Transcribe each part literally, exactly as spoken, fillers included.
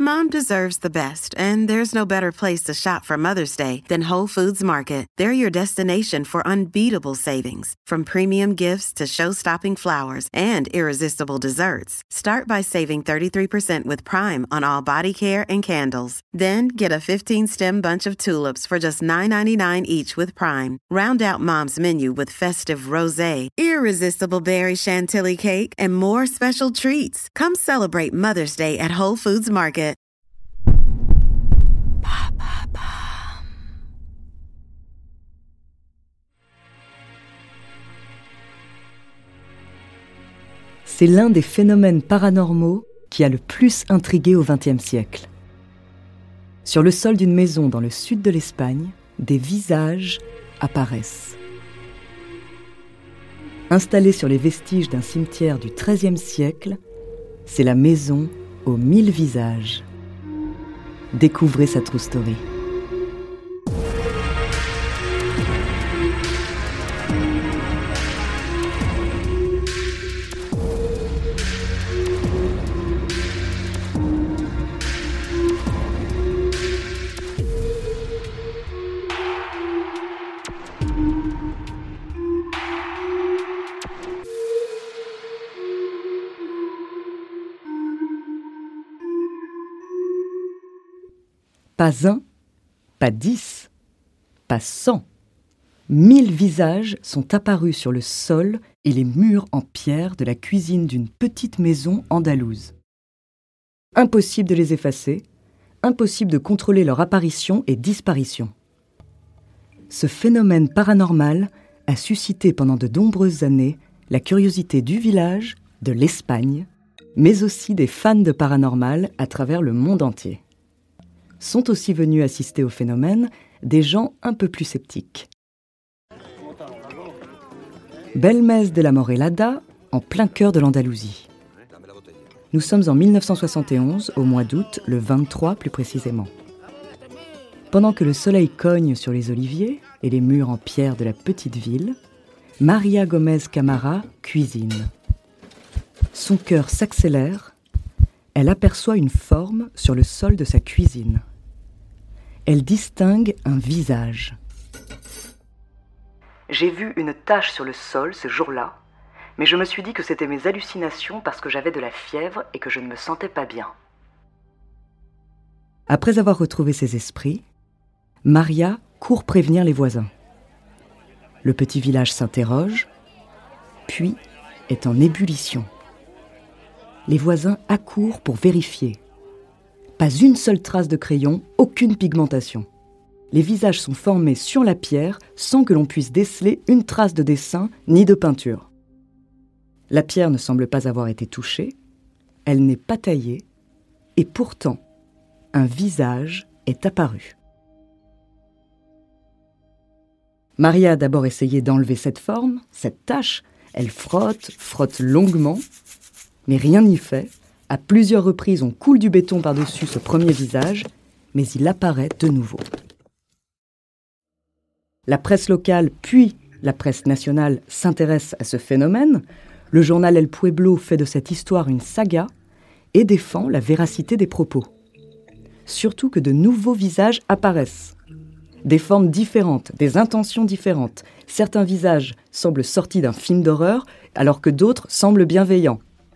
Mom deserves the best, and there's no better place to shop for Mother's Day than Whole Foods Market. They're your destination for unbeatable savings, from premium gifts to show-stopping flowers and irresistible desserts. Start by saving thirty-three percent with Prime on all body care and candles. Then get a fifteen-stem bunch of tulips for just nine ninety-nine each with Prime. Round out Mom's menu with festive rosé, irresistible berry chantilly cake, and more special treats. Come celebrate Mother's Day at Whole Foods Market. C'est l'un des phénomènes paranormaux qui a le plus intrigué au vingtième siècle. Sur le sol d'une maison dans le sud de l'Espagne, des visages apparaissent. Installée sur les vestiges d'un cimetière du treizième siècle, c'est la maison aux mille visages. Découvrez sa true story. Pas un, pas dix, pas cent. Mille visages sont apparus sur le sol et les murs en pierre de la cuisine d'une petite maison andalouse. Impossible de les effacer, impossible de contrôler leur apparition et disparition. Ce phénomène paranormal a suscité pendant de nombreuses années la curiosité du village, de l'Espagne, mais aussi des fans de paranormal à travers le monde entier. Sont aussi venus assister au phénomène des gens un peu plus sceptiques. Belmez de la Morellada, en plein cœur de l'Andalousie. Nous sommes en mille neuf cent soixante et onze, au mois d'août, le vingt-trois plus précisément. Pendant que le soleil cogne sur les oliviers et les murs en pierre de la petite ville, Maria Gómez Camara cuisine. Son cœur s'accélère, elle aperçoit une forme sur le sol de sa cuisine. Elle distingue un visage. J'ai vu une tache sur le sol ce jour-là, mais je me suis dit que c'était mes hallucinations parce que j'avais de la fièvre et que je ne me sentais pas bien. Après avoir retrouvé ses esprits, Maria court prévenir les voisins. Le petit village s'interroge, puis est en ébullition. Les voisins accourent pour vérifier. Pas une seule trace de crayon, aucune pigmentation. Les visages sont formés sur la pierre sans que l'on puisse déceler une trace de dessin ni de peinture. La pierre ne semble pas avoir été touchée, elle n'est pas taillée, et pourtant, un visage est apparu. Maria a d'abord essayé d'enlever cette forme, cette tache. Elle frotte, frotte longuement, mais rien n'y fait. À plusieurs reprises, on coule du béton par-dessus ce premier visage, mais il apparaît de nouveau. La presse locale, puis la presse nationale s'intéresse à ce phénomène. Le journal El Pueblo fait de cette histoire une saga et défend la véracité des propos. Surtout que de nouveaux visages apparaissent. Des formes différentes, des intentions différentes. Certains visages semblent sortis d'un film d'horreur, alors que d'autres semblent bienveillants.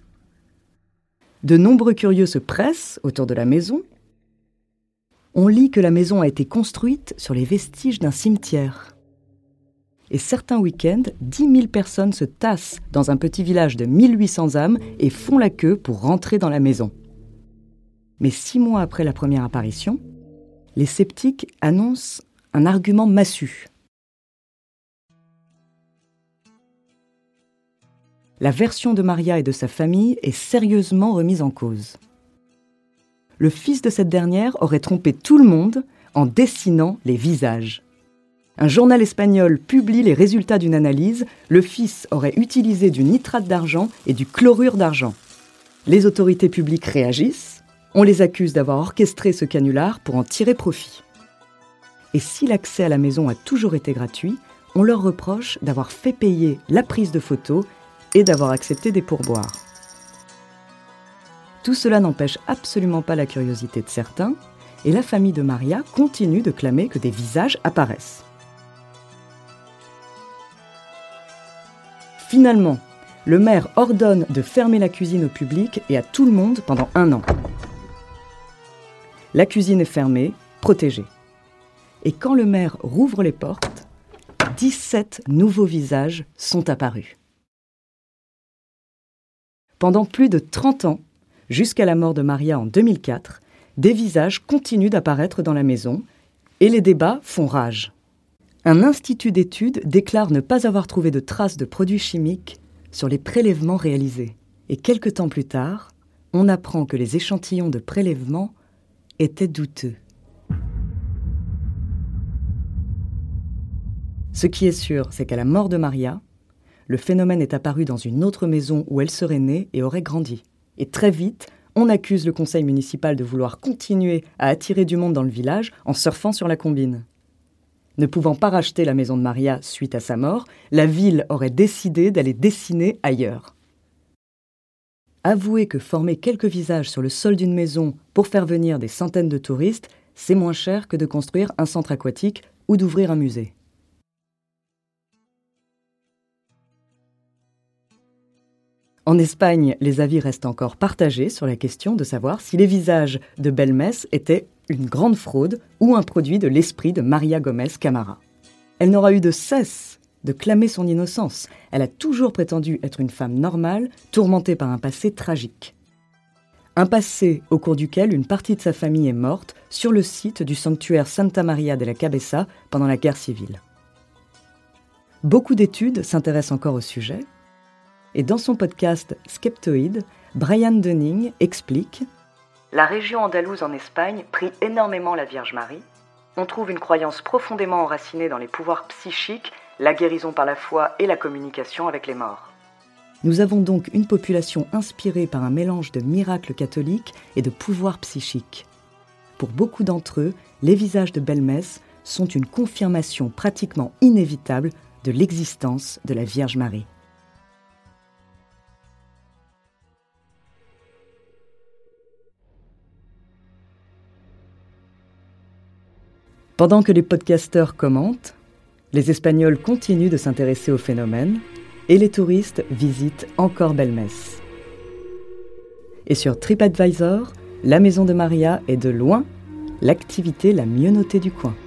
De nombreux curieux se pressent autour de la maison. On lit que la maison a été construite sur les vestiges d'un cimetière. Et certains week-ends, dix mille personnes se tassent dans un petit village de mille huit cents âmes et font la queue pour rentrer dans la maison. Mais six mois après la première apparition, les sceptiques annoncent un argument massu. La version de Maria et de sa famille est sérieusement remise en cause. Le fils de cette dernière aurait trompé tout le monde en dessinant les visages. Un journal espagnol publie les résultats d'une analyse. Le fils aurait utilisé du nitrate d'argent et du chlorure d'argent. Les autorités publiques réagissent. On les accuse d'avoir orchestré ce canular pour en tirer profit. Et si l'accès à la maison a toujours été gratuit, on leur reproche d'avoir fait payer la prise de photos et d'avoir accepté des pourboires. Tout cela n'empêche absolument pas la curiosité de certains, et la famille de Maria continue de clamer que des visages apparaissent. Finalement, le maire ordonne de fermer la cuisine au public et à tout le monde pendant un an. La cuisine est fermée, protégée. Et quand le maire rouvre les portes, dix-sept nouveaux visages sont apparus. Pendant plus de trente ans, jusqu'à la mort de Maria en deux mille quatre, des visages continuent d'apparaître dans la maison et les débats font rage. Un institut d'études déclare ne pas avoir trouvé de traces de produits chimiques sur les prélèvements réalisés. Et quelque temps plus tard, on apprend que les échantillons de prélèvement étaient douteux. Ce qui est sûr, c'est qu'à la mort de Maria, le phénomène est apparu dans une autre maison où elle serait née et aurait grandi. Et très vite, on accuse le conseil municipal de vouloir continuer à attirer du monde dans le village en surfant sur la combine. Ne pouvant pas racheter la maison de Maria suite à sa mort, la ville aurait décidé d'aller dessiner ailleurs. Avouer que former quelques visages sur le sol d'une maison pour faire venir des centaines de touristes, c'est moins cher que de construire un centre aquatique ou d'ouvrir un musée. En Espagne, les avis restent encore partagés sur la question de savoir si les visages de Belmez étaient une grande fraude ou un produit de l'esprit de Maria Gómez Camara. Elle n'aura eu de cesse de clamer son innocence. Elle a toujours prétendu être une femme normale, tourmentée par un passé tragique. Un passé au cours duquel une partie de sa famille est morte sur le site du sanctuaire Santa Maria de la Cabeza pendant la guerre civile. Beaucoup d'études s'intéressent encore au sujet, et dans son podcast Skeptoïde, Brian Dunning explique « La région andalouse en Espagne prie énormément la Vierge Marie. On trouve une croyance profondément enracinée dans les pouvoirs psychiques, la guérison par la foi et la communication avec les morts. Nous avons donc une population inspirée par un mélange de miracles catholiques et de pouvoirs psychiques. Pour beaucoup d'entre eux, les visages de Belmez sont une confirmation pratiquement inévitable de l'existence de la Vierge Marie. » Pendant que les podcasteurs commentent, les Espagnols continuent de s'intéresser au phénomène et les touristes visitent encore Belmez. Et sur TripAdvisor, la maison de Maria est de loin l'activité la mieux notée du coin.